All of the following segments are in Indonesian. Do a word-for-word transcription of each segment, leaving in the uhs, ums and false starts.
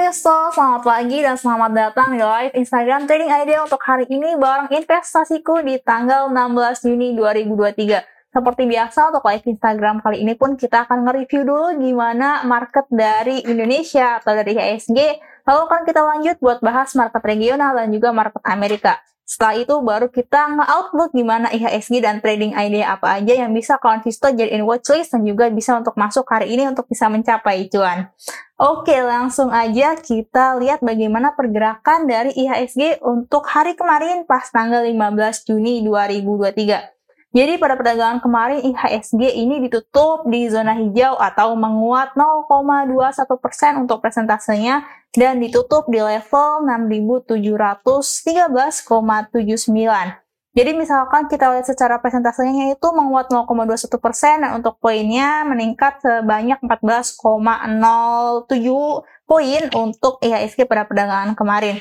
investor, selamat pagi dan selamat datang di live Instagram Trading Idea untuk hari ini bareng investasiku di tanggal enam belas Juni dua ribu dua puluh tiga. Seperti biasa untuk live Instagram kali ini pun kita akan nge-review dulu gimana market dari Indonesia atau dari I H S G. Lalu kan kita lanjut buat bahas market regional dan juga market Amerika. Setelah itu baru kita nge-outlook gimana I H S G dan trading idea apa aja yang bisa kawan Visto jadiin watchlist dan juga bisa untuk masuk hari ini untuk bisa mencapai cuan. Oke, langsung aja kita lihat bagaimana pergerakan dari I H S G untuk hari kemarin pas tanggal lima belas Juni dua ribu dua puluh tiga. Jadi pada perdagangan kemarin I H S G ini ditutup di zona hijau atau menguat nol koma dua satu persen untuk persentasenya dan ditutup di level enam ribu tujuh ratus tiga belas koma tujuh sembilan. Jadi misalkan kita lihat secara persentasenya itu menguat nol koma dua satu persen dan untuk poinnya meningkat sebanyak empat belas koma nol tujuh poin untuk I H S G pada perdagangan kemarin.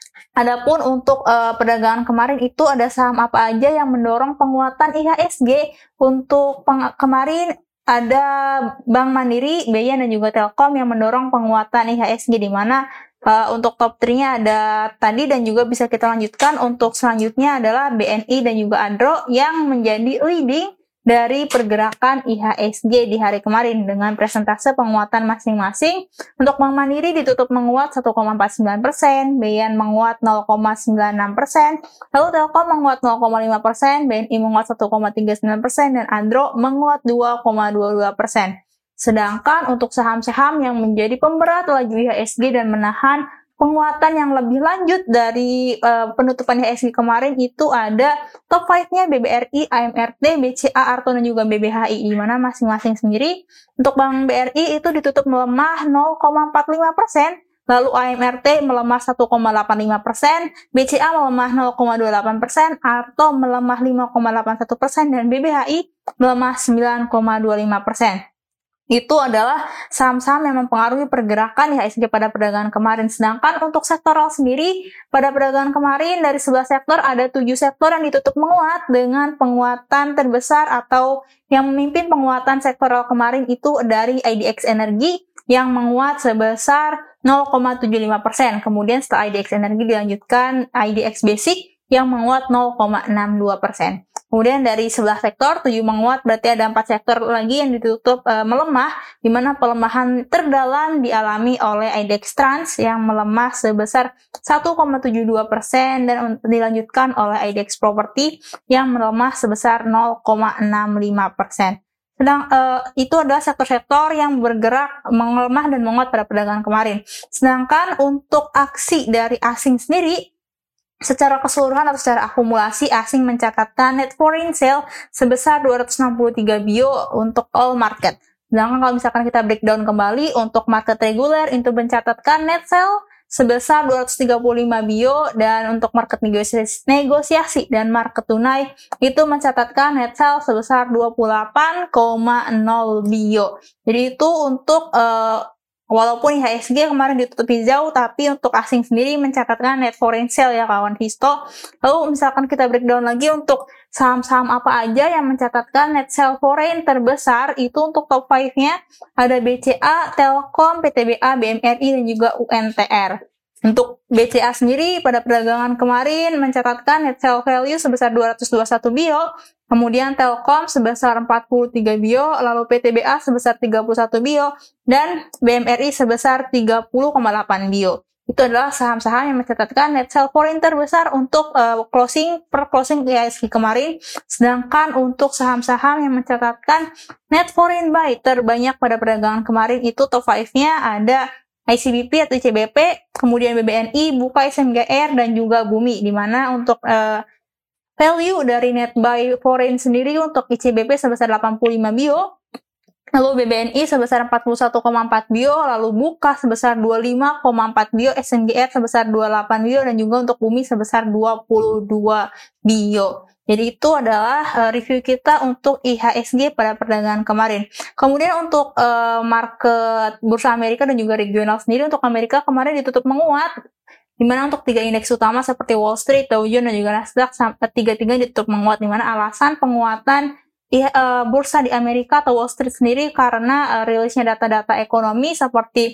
Adapun untuk uh, perdagangan kemarin itu ada saham apa aja yang mendorong penguatan I H S G. Untuk peng- kemarin ada Bank Mandiri, B I A dan juga Telkom yang mendorong penguatan I H S G, di mana uh, untuk top tiga-nya ada tadi dan juga bisa kita lanjutkan. Untuk selanjutnya adalah B N I dan juga Adro yang menjadi leading dari pergerakan I H S G di hari kemarin dengan presentase penguatan masing-masing. Untuk Bank Mandiri ditutup menguat satu koma empat sembilan persen, B I A menguat nol koma sembilan enam persen, lalu Telkom menguat nol koma lima persen, B N I menguat satu koma tiga sembilan persen, dan Adro menguat dua koma dua dua persen. Sedangkan untuk saham-saham yang menjadi pemberat laju I H S G dan menahan penguatan yang lebih lanjut dari uh, penutupan I H S G kemarin itu ada top lima-nya B B R I, A M R T, B C A, Arto, dan juga B B H I, di mana masing-masing sendiri. Untuk Bank B R I itu ditutup melemah nol koma empat lima persen, lalu A M R T melemah satu koma delapan lima persen, B C A melemah nol koma dua delapan persen, Arto melemah lima koma delapan satu persen, dan B B H I melemah sembilan koma dua lima persen. Itu adalah saham-saham yang mempengaruhi pergerakan I H S G pada perdagangan kemarin. Sedangkan untuk sektoral sendiri, pada perdagangan kemarin dari sebelas sektor ada tujuh sektor yang ditutup menguat dengan penguatan terbesar atau yang memimpin penguatan sektoral kemarin itu dari I D X Energi yang menguat sebesar nol koma tujuh lima persen. Kemudian setelah I D X Energi dilanjutkan I D X Basic yang menguat nol koma enam dua persen. Kemudian dari sebelah sektor, tujuh menguat, berarti ada empat sektor lagi yang ditutup e, melemah, di mana pelemahan terdalam dialami oleh I D X Trans yang melemah sebesar satu koma tujuh dua persen dan dilanjutkan oleh I D X Property yang melemah sebesar nol koma enam lima persen. Sedang uh, itu adalah sektor-sektor yang bergerak melemah dan menguat pada perdagangan kemarin. Sedangkan untuk aksi dari asing sendiri, secara keseluruhan atau secara akumulasi asing mencatatkan net foreign sale sebesar dua ratus enam puluh tiga bio untuk all market. Sedangkan kalau misalkan kita breakdown kembali untuk market reguler itu mencatatkan net sale sebesar dua ratus tiga puluh lima bio, dan untuk market negosiasi, negosiasi dan market tunai itu mencatatkan net sale sebesar dua puluh delapan koma nol bio. Jadi itu untuk uh, walaupun I H S G kemarin ditutup hijau, tapi untuk asing sendiri mencatatkan net foreign sale ya kawan Visto. Lalu misalkan kita breakdown lagi untuk saham-saham apa aja yang mencatatkan net sale foreign terbesar, itu untuk top lima-nya ada B C A, Telkom, P T B A, B M R I, dan juga U N T R. Untuk B C A sendiri pada perdagangan kemarin mencatatkan net sale value sebesar dua ratus dua puluh satu bio, kemudian Telkom sebesar empat puluh tiga bio, lalu P T B A sebesar tiga puluh satu bio, dan B M R I sebesar tiga puluh koma delapan bio. Itu adalah saham-saham yang mencatatkan net sale foreign terbesar untuk uh, closing per closing I H S G kemarin. Sedangkan untuk saham-saham yang mencatatkan net foreign buy terbanyak pada perdagangan kemarin itu top lima-nya ada I C B P atau I C B P, kemudian B B N I, Buka, S M G R, dan juga Bumi, di mana untuk uh, value dari net buy foreign sendiri untuk I C B P sebesar delapan puluh lima bio, lalu B B N I sebesar empat puluh satu koma empat bio, lalu Buka sebesar dua puluh lima koma empat bio, S M G R sebesar dua puluh delapan bio, dan juga untuk Bumi sebesar dua puluh dua bio. Jadi itu adalah uh, review kita untuk I H S G pada perdagangan kemarin. Kemudian untuk uh, market bursa Amerika dan juga regional sendiri, untuk Amerika kemarin ditutup menguat, di mana untuk tiga indeks utama seperti Wall Street, Dow Jones, dan juga Nasdaq sampai tiga-tiga ditutup menguat, di mana alasan penguatan di, uh, bursa di Amerika atau Wall Street sendiri karena uh, rilisnya data-data ekonomi seperti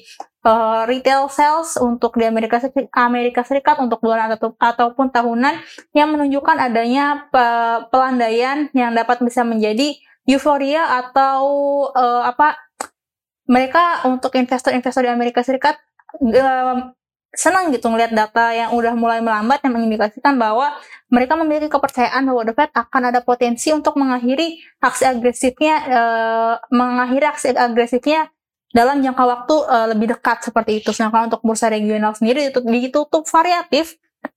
uh, retail sales untuk di Amerika Serikat, Amerika Serikat untuk bulanan atau, ataupun tahunan yang menunjukkan adanya pe- pelandaian yang dapat bisa menjadi euforia atau uh, apa mereka untuk investor-investor di Amerika Serikat um, senang gitu ngelihat data yang udah mulai melambat yang mengindikasikan bahwa mereka memiliki kepercayaan bahwa The Fed akan ada potensi untuk mengakhiri aksi agresifnya uh, mengakhiri aksi agresifnya dalam jangka waktu uh, lebih dekat seperti itu. Sedangkan untuk bursa regional sendiri ditutup, ditutup variatif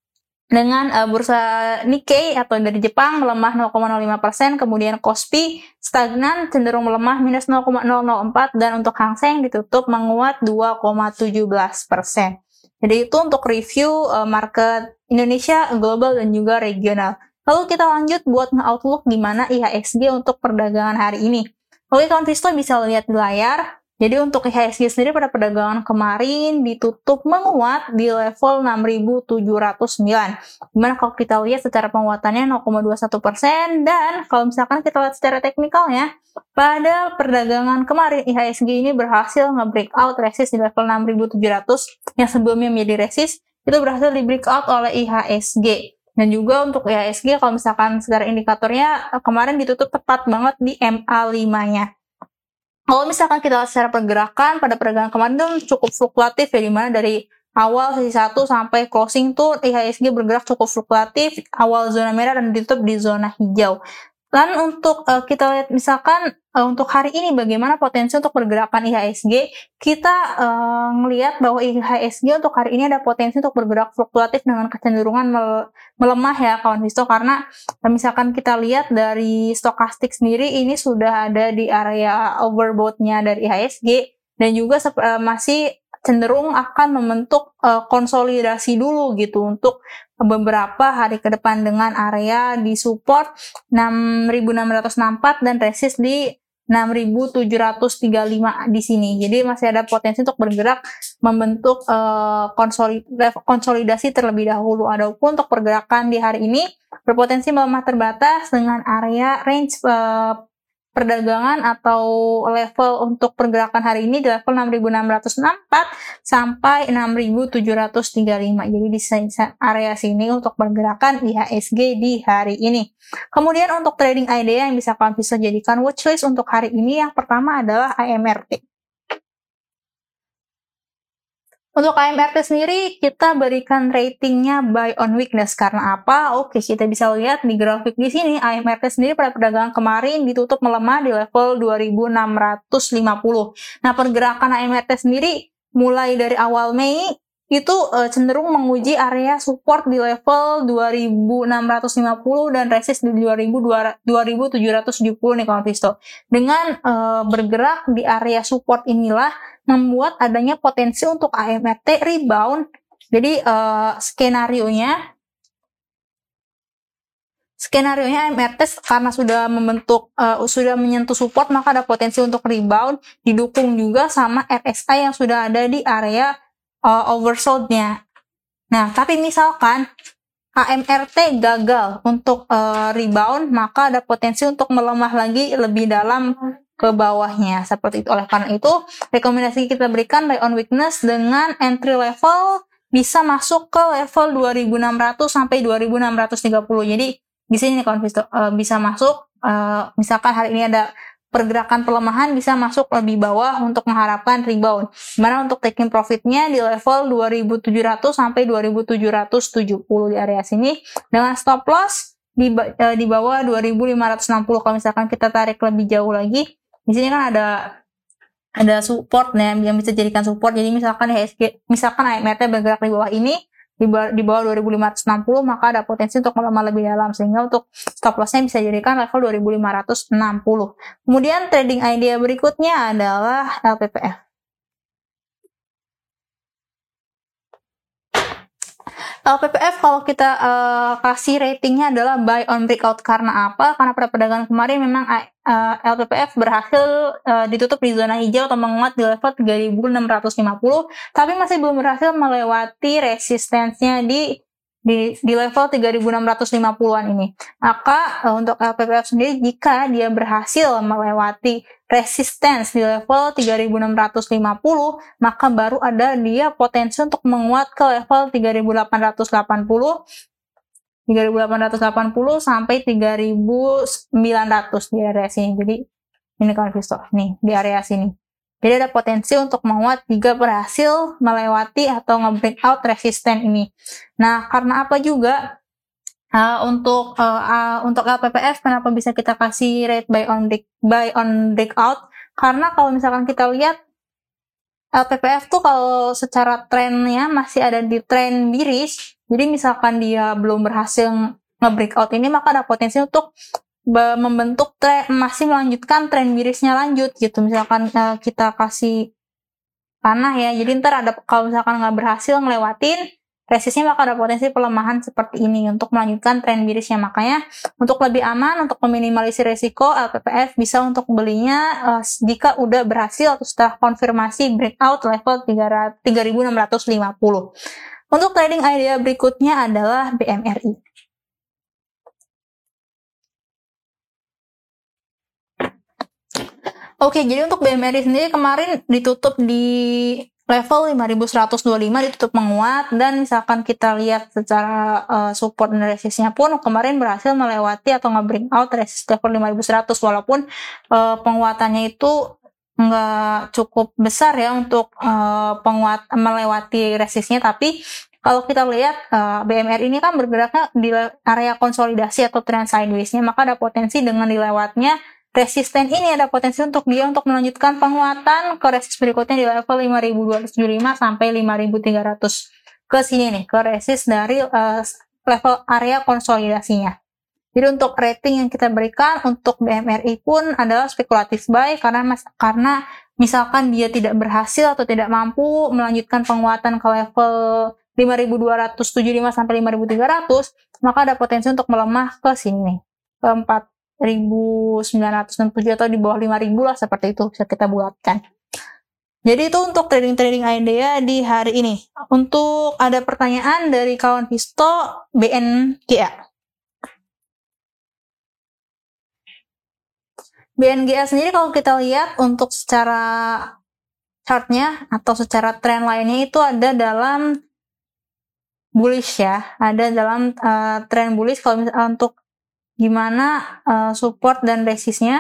dengan uh, bursa Nikkei atau dari Jepang melemah nol koma nol lima persen, kemudian Kospi stagnan cenderung melemah minus nol koma nol nol empat, dan untuk Hang Seng ditutup menguat dua koma satu tujuh persen. Jadi itu untuk review uh, market Indonesia, global, dan juga regional. Lalu kita lanjut buat nge-outlook gimana I H S G untuk perdagangan hari ini. Oke, kawan Visto bisa lihat di layar. Jadi untuk I H S G sendiri pada perdagangan kemarin ditutup menguat di level enam ribu tujuh ratus sembilan. Dimana kalau kita lihat secara penguatannya nol koma dua satu persen, dan kalau misalkan kita lihat secara teknikalnya, pada perdagangan kemarin I H S G ini berhasil nge-breakout resist di level enam ribu tujuh ratus yang sebelumnya menjadi resist, itu berhasil di-breakout oleh I H S G. Dan juga untuk I H S G kalau misalkan secara indikatornya kemarin ditutup tepat banget di M A lima-nya. Kalau misalkan kita lihat secara pergerakan pada perdagangan kemarin itu cukup fluktuatif ya, dimana dari awal sesi satu sampai closing tuh I H S G bergerak cukup fluktuatif, awal zona merah dan ditutup di zona hijau. Dan untuk uh, kita lihat misalkan uh, untuk hari ini bagaimana potensi untuk pergerakan I H S G, kita uh, ngelihat bahwa I H S G untuk hari ini ada potensi untuk bergerak fluktuatif dengan kecenderungan mel- melemah ya kawan Visto, karena uh, misalkan kita lihat dari stokastik sendiri ini sudah ada di area overbought-nya dari I H S G, dan juga uh, masih cenderung akan membentuk uh, konsolidasi dulu gitu untuk beberapa hari ke depan dengan area di support enam ribu enam ratus enam puluh empat dan resist di enam ribu tujuh ratus tiga puluh lima di sini. Jadi masih ada potensi untuk bergerak membentuk uh, konsolidasi terlebih dahulu. Adapun untuk pergerakan di hari ini berpotensi melemah terbatas dengan area range uh, perdagangan atau level untuk pergerakan hari ini di level enam ribu enam ratus enam puluh empat sampai enam ribu tujuh ratus tiga puluh lima. Jadi di area sini untuk pergerakan I H S G di hari ini. Kemudian untuk trading idea yang bisa kalian bisa jadikan watchlist untuk hari ini, yang pertama adalah A M R T. Untuk A M R T sendiri, kita berikan ratingnya buy on weakness. Karena apa? Oke, kita bisa lihat di grafik di sini, A M R T sendiri pada perdagangan kemarin ditutup melemah di level dua ribu enam ratus lima puluh. Nah, pergerakan A M R T sendiri mulai dari awal Mei itu uh, cenderung menguji area support di level dua ribu enam ratus lima puluh dan resist di dua ribu tujuh ratus tujuh puluh nih kawan Visto. Dengan uh, bergerak di area support inilah membuat adanya potensi untuk A M R T rebound. Jadi uh, skenario-nya skenario-nya A M R T karena sudah membentuk uh, sudah menyentuh support, maka ada potensi untuk rebound, didukung juga sama R S I yang sudah ada di area uh, oversold-nya. Nah, tapi misalkan A M R T gagal untuk uh, rebound, maka ada potensi untuk melemah lagi lebih dalam ke bawahnya seperti itu. Oleh karena itu, rekomendasi kita berikan buy on weakness dengan entry level bisa masuk ke level dua ribu enam ratus sampai dua ribu enam ratus tiga puluh. Jadi di sini nih kawan Visto uh, bisa masuk uh, misalkan hari ini ada pergerakan pelemahan bisa masuk lebih bawah untuk mengharapkan rebound. Dimana untuk taking profitnya di level dua ribu tujuh ratus sampai dua ribu tujuh ratus tujuh puluh di area sini dengan stop loss di, uh, di bawah dua ribu lima ratus enam puluh. Kalau misalkan kita tarik lebih jauh lagi, di sini kan ada ada support nih yang bisa dijadikan support. Jadi misalkan I H S G, misalkan A M R T bergerak di bawah ini, di bawah, di bawah dua ribu lima ratus enam puluh, maka ada potensi untuk melemah lebih dalam, sehingga untuk stop loss-nya bisa dijadikan level dua ribu lima ratus enam puluh. Kemudian trading idea berikutnya adalah L P P F. L P P F kalau kita uh, kasih ratingnya adalah buy on breakout. Karena apa? Karena pada perdagangan kemarin memang uh, L P P F berhasil uh, ditutup di zona hijau atau menguat di level tiga ribu enam ratus lima puluh, tapi masih belum berhasil melewati resistensinya di di, di level tiga ribu enam ratus lima puluhan ini. Maka uh, untuk L P P F sendiri, jika dia berhasil melewati resistance di level tiga ribu enam ratus lima puluh, maka baru ada dia potensi untuk menguat ke level tiga ribu delapan ratus delapan puluh tiga ribu delapan ratus delapan puluh sampai tiga ribu sembilan ratus di area sini. Jadi ini kawan investor nih di area sini. Jadi ada potensi untuk menguat jika berhasil melewati atau nge-breakout resisten ini. Nah, karena apa juga uh, untuk uh, uh, untuk L P P F kenapa bisa kita kasih rate buy on break, buy on breakout? Karena kalau misalkan kita lihat L P P F tuh kalau secara trennya masih ada di tren bearish. Jadi misalkan dia belum berhasil nge-breakout ini, maka ada potensi untuk membentuk tren, masih melanjutkan tren bearishnya lanjut gitu. Misalkan uh, kita kasih panah ya, jadi ntar ada kalau misalkan nggak berhasil ngelewatin resistnya, maka ada potensi pelemahan seperti ini untuk melanjutkan tren bearishnya. Makanya untuk lebih aman, untuk meminimalisir resiko, L P P F bisa untuk belinya uh, jika udah berhasil atau setelah konfirmasi breakout level tiga ribu enam ratus lima puluh. Untuk trading idea berikutnya adalah B M R I. Oke, jadi untuk B M R I sendiri kemarin ditutup di level lima ribu seratus dua puluh lima, ditutup menguat, dan misalkan kita lihat secara uh, support dan resistnya pun kemarin berhasil melewati atau nge-breakout resist level lima ribu seratus, walaupun uh, penguatannya itu nggak cukup besar ya untuk uh, penguat melewati resistnya, tapi kalau kita lihat uh, B M R ini kan bergeraknya di area konsolidasi atau trend sideways-nya, maka ada potensi dengan dilewatnya resisten ini, ada potensi untuk dia untuk melanjutkan penguatan ke resist berikutnya di level lima ribu dua ratus tujuh puluh lima sampai lima ribu tiga ratus ke sini nih, ke resist dari uh, level area konsolidasinya. Jadi untuk rating yang kita berikan untuk B M R I pun adalah spekulatif buy, karena mas, karena misalkan dia tidak berhasil atau tidak mampu melanjutkan penguatan ke level lima ribu dua ratus tujuh puluh lima sampai lima ribu tiga ratus, maka ada potensi untuk melemah ke sini nih, ke empat ribu sembilan ratus enam puluh tujuh atau di bawah lima ribu lah, seperti itu bisa kita buatkan. Jadi itu untuk trading-trading idea di hari ini. Untuk ada pertanyaan dari kawan Visto B N G A. B N G A sendiri kalau kita lihat untuk secara chartnya atau secara tren lainnya itu ada dalam bullish ya, ada dalam uh, tren bullish. Kalau misalnya untuk gimana uh, support dan resistnya,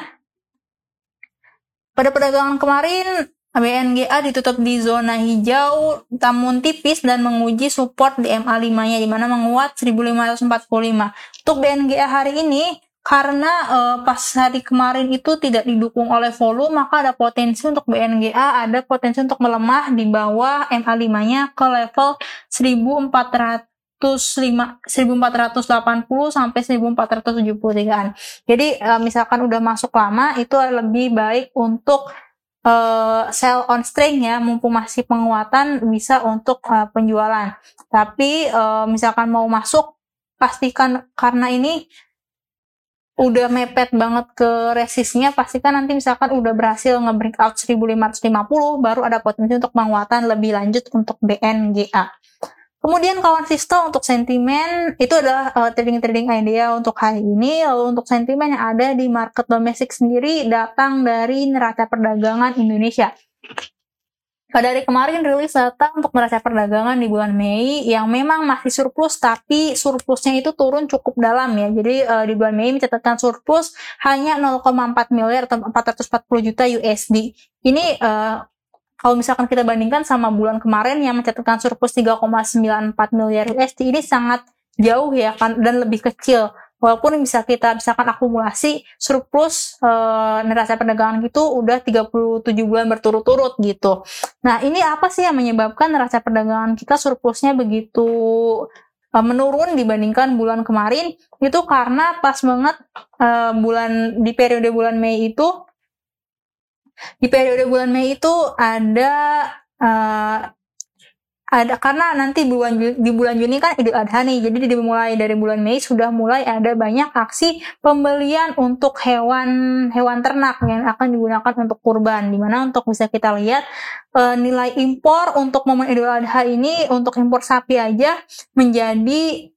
pada perdagangan kemarin B N G A ditutup di zona hijau namun tipis dan menguji support di M A lima nya, dimana menguat seribu lima ratus empat puluh lima. Untuk B N G A hari ini, karena uh, pas hari kemarin itu tidak didukung oleh volume, maka ada potensi untuk B N G A ada potensi untuk melemah di bawah M A lima nya ke level seribu empat ratus delapan puluh sampai seribu empat ratus tujuh puluh tigaan. Jadi uh, misalkan udah masuk lama, itu lebih baik untuk uh, sell on strength ya, mumpung masih penguatan bisa untuk uh, penjualan. Tapi uh, misalkan mau masuk, pastikan karena ini udah mepet banget ke resistnya, pastikan nanti misalkan udah berhasil nge-breakout seribu lima ratus lima puluh, baru ada potensi untuk penguatan lebih lanjut untuk B N G A. Kemudian kawan Visto untuk sentimen, itu adalah uh, trading-trading idea untuk hari ini. Lalu untuk sentimen yang ada di market domestik sendiri datang dari neraca perdagangan Indonesia. Dari kemarin rilis data untuk neraca perdagangan di bulan Mei yang memang masih surplus, tapi surplusnya itu turun cukup dalam ya. Jadi uh, di bulan Mei mencatatkan surplus hanya nol koma empat miliar atau empat ratus empat puluh juta U S D. Ini uh, kalau misalkan kita bandingkan sama bulan kemarin yang mencatatkan surplus tiga koma sembilan empat miliar U S D, ini sangat jauh ya kan, dan lebih kecil. Walaupun bisa kita misalkan akumulasi surplus e, neraca perdagangan itu udah tiga puluh tujuh bulan berturut-turut gitu. Nah, ini apa sih yang menyebabkan neraca perdagangan kita surplusnya begitu e, menurun dibandingkan bulan kemarin? Itu karena pas banget e, bulan di periode bulan Mei itu di periode bulan Mei itu ada e, ada karena nanti bulan di bulan Juni kan Idul Adha nih, jadi dimulai dari bulan Mei sudah mulai ada banyak aksi pembelian untuk hewan hewan ternak yang akan digunakan untuk kurban, dimana untuk bisa kita lihat e, nilai impor untuk momen Idul Adha ini untuk impor sapi aja menjadi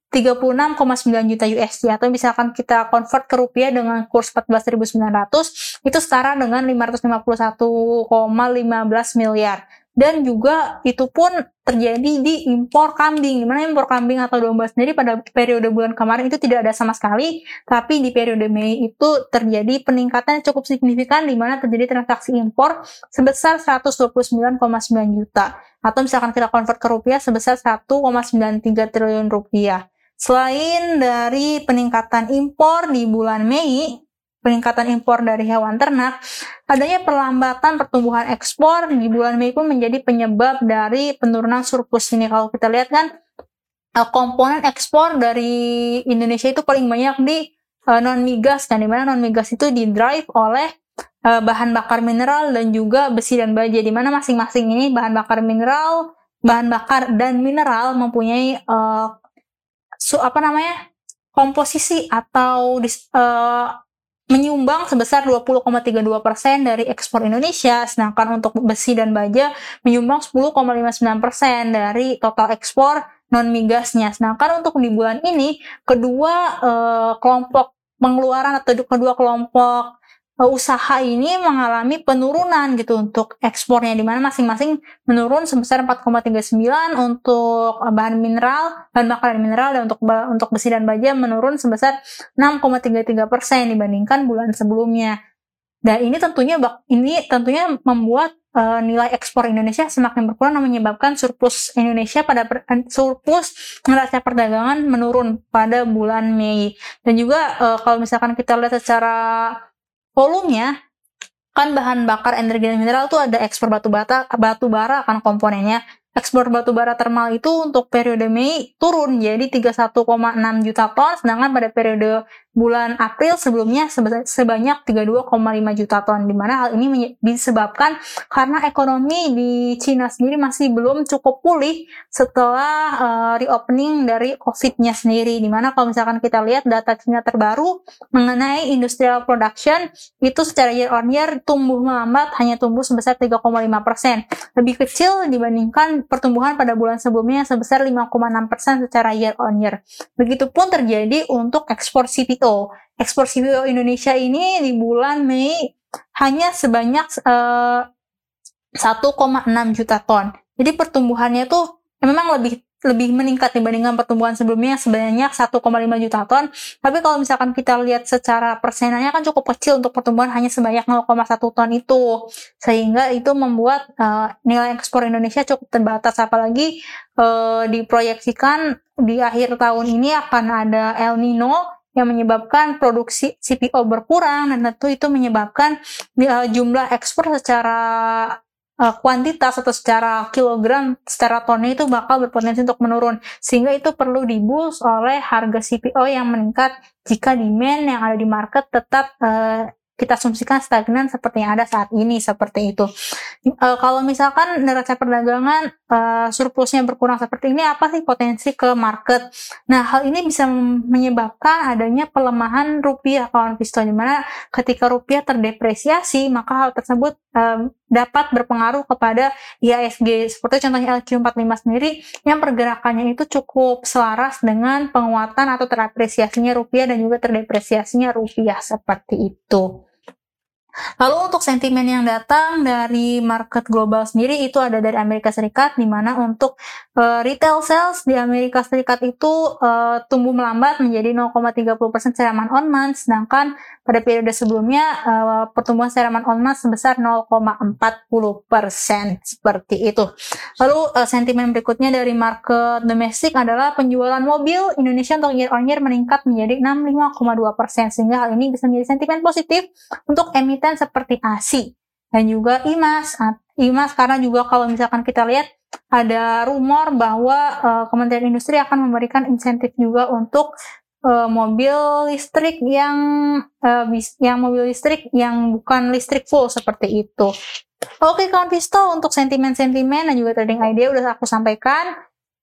tiga puluh enam koma sembilan juta U S D, atau misalkan kita convert ke rupiah dengan kurs empat belas ribu sembilan ratus, itu setara dengan lima ratus lima puluh satu koma lima belas miliar. Dan juga itu pun terjadi di impor kambing, di mana impor kambing atau domba sendiri pada periode bulan kemarin itu tidak ada sama sekali, tapi di periode Mei itu terjadi peningkatan yang cukup signifikan, di mana terjadi transaksi impor sebesar seratus dua puluh sembilan koma sembilan juta, atau misalkan kita convert ke rupiah sebesar satu koma sembilan tiga triliun rupiah. Selain dari peningkatan impor di bulan Mei, peningkatan impor dari hewan ternak, adanya perlambatan pertumbuhan ekspor di bulan Mei pun menjadi penyebab dari penurunan surplus ini. Kalau kita lihat kan, komponen ekspor dari Indonesia itu paling banyak di uh, non-migas, kan, dimana non-migas itu didrive oleh uh, bahan bakar mineral dan juga besi dan baja, dimana masing-masing ini bahan bakar mineral, bahan bakar dan mineral mempunyai uh, su, apa namanya komposisi atau dis, uh, menyumbang sebesar dua puluh koma tiga dua persen dari ekspor Indonesia, sedangkan untuk besi dan baja menyumbang sepuluh koma lima sembilan persen dari total ekspor non-migasnya. Sedangkan untuk di bulan ini, kedua eh, kelompok pengeluaran atau kedua kelompok eh, usaha ini mengalami penurunan gitu untuk ekspornya, di mana masing-masing menurun sebesar empat koma tiga sembilan untuk bahan mineral, bahan bakar dan mineral, dan untuk untuk besi dan baja menurun sebesar enam koma tiga tiga persen dibandingkan bulan sebelumnya. Dan ini tentunya ini tentunya membuat uh, nilai ekspor Indonesia semakin berkurang dan menyebabkan surplus Indonesia pada per, surplus neraca perdagangan menurun pada bulan Mei. Dan juga uh, kalau misalkan kita lihat secara volumenya, kan bahan bakar energi dan mineral tuh ada ekspor batu bata, batu bara kan komponennya. Ekspor batu bara termal itu untuk periode Mei turun jadi tiga puluh satu koma enam juta ton, sedangkan pada periode bulan April sebelumnya sebanyak tiga puluh dua koma lima juta ton, di mana hal ini disebabkan karena ekonomi di Cina sendiri masih belum cukup pulih setelah uh, reopening dari COVID-nya sendiri, di mana kalau misalkan kita lihat data Cina terbaru mengenai industrial production itu secara year on year tumbuh melambat, hanya tumbuh sebesar tiga koma lima persen, lebih kecil dibandingkan pertumbuhan pada bulan sebelumnya sebesar lima koma enam persen secara year on year. Begitupun terjadi untuk ekspor C P O. Ekspor C P O Indonesia ini di bulan Mei hanya sebanyak uh, satu koma enam juta ton. Jadi pertumbuhannya tuh memang lebih lebih meningkat dibandingkan pertumbuhan sebelumnya sebanyak satu koma lima juta ton. Tapi kalau misalkan kita lihat secara persenannya kan cukup kecil untuk pertumbuhan hanya sebanyak nol koma satu ton itu. Sehingga itu membuat uh, nilai ekspor Indonesia cukup terbatas, apalagi uh, diproyeksikan di akhir tahun ini akan ada El Nino yang menyebabkan produksi C P O berkurang, dan tentu itu menyebabkan uh, jumlah ekspor secara Uh, kuantitas atau secara kilogram, secara tonnya itu bakal berpotensi untuk menurun, sehingga itu perlu diboost oleh harga C P O yang meningkat jika demand yang ada di market tetap uh, kita asumsikan stagnan seperti yang ada saat ini, seperti itu. Uh, kalau misalkan neraca perdagangan uh, surplusnya berkurang seperti ini, apa sih potensi ke market? Nah, hal ini bisa menyebabkan adanya pelemahan rupiah, kawan Pisto, di mana ketika rupiah terdepresiasi, maka hal tersebut um, dapat berpengaruh kepada I H S G. Seperti contohnya L Q empat puluh lima sendiri yang pergerakannya itu cukup selaras dengan penguatan atau terapresiasinya rupiah dan juga terdepresiasinya rupiah, seperti itu. Lalu untuk sentimen yang datang dari market global sendiri itu ada dari Amerika Serikat, di mana untuk uh, retail sales di Amerika Serikat itu uh, tumbuh melambat menjadi nol koma tiga nol persen secara month on month, sedangkan pada periode sebelumnya uh, pertumbuhan secara month on month sebesar nol koma empat nol persen, seperti itu. Lalu uh, sentimen berikutnya dari market domestik adalah penjualan mobil Indonesia untuk year on year meningkat menjadi enam puluh lima koma dua persen, sehingga hal ini bisa menjadi sentimen positif untuk emiten seperti A S I dan juga I M A S. I M A S karena juga kalau misalkan kita lihat ada rumor bahwa uh, Kementerian Industri akan memberikan insentif juga untuk uh, mobil listrik yang uh, bis, yang mobil listrik yang bukan listrik full, seperti itu. Oke kawan Pisto, untuk sentimen-sentimen dan juga trading idea udah aku sampaikan.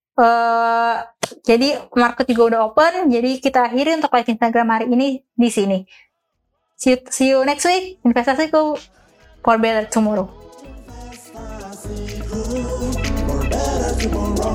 Uh, jadi market juga udah open, jadi kita akhiri untuk live Instagram hari ini di sini. See you, see you next week. Investasiku for better tomorrow.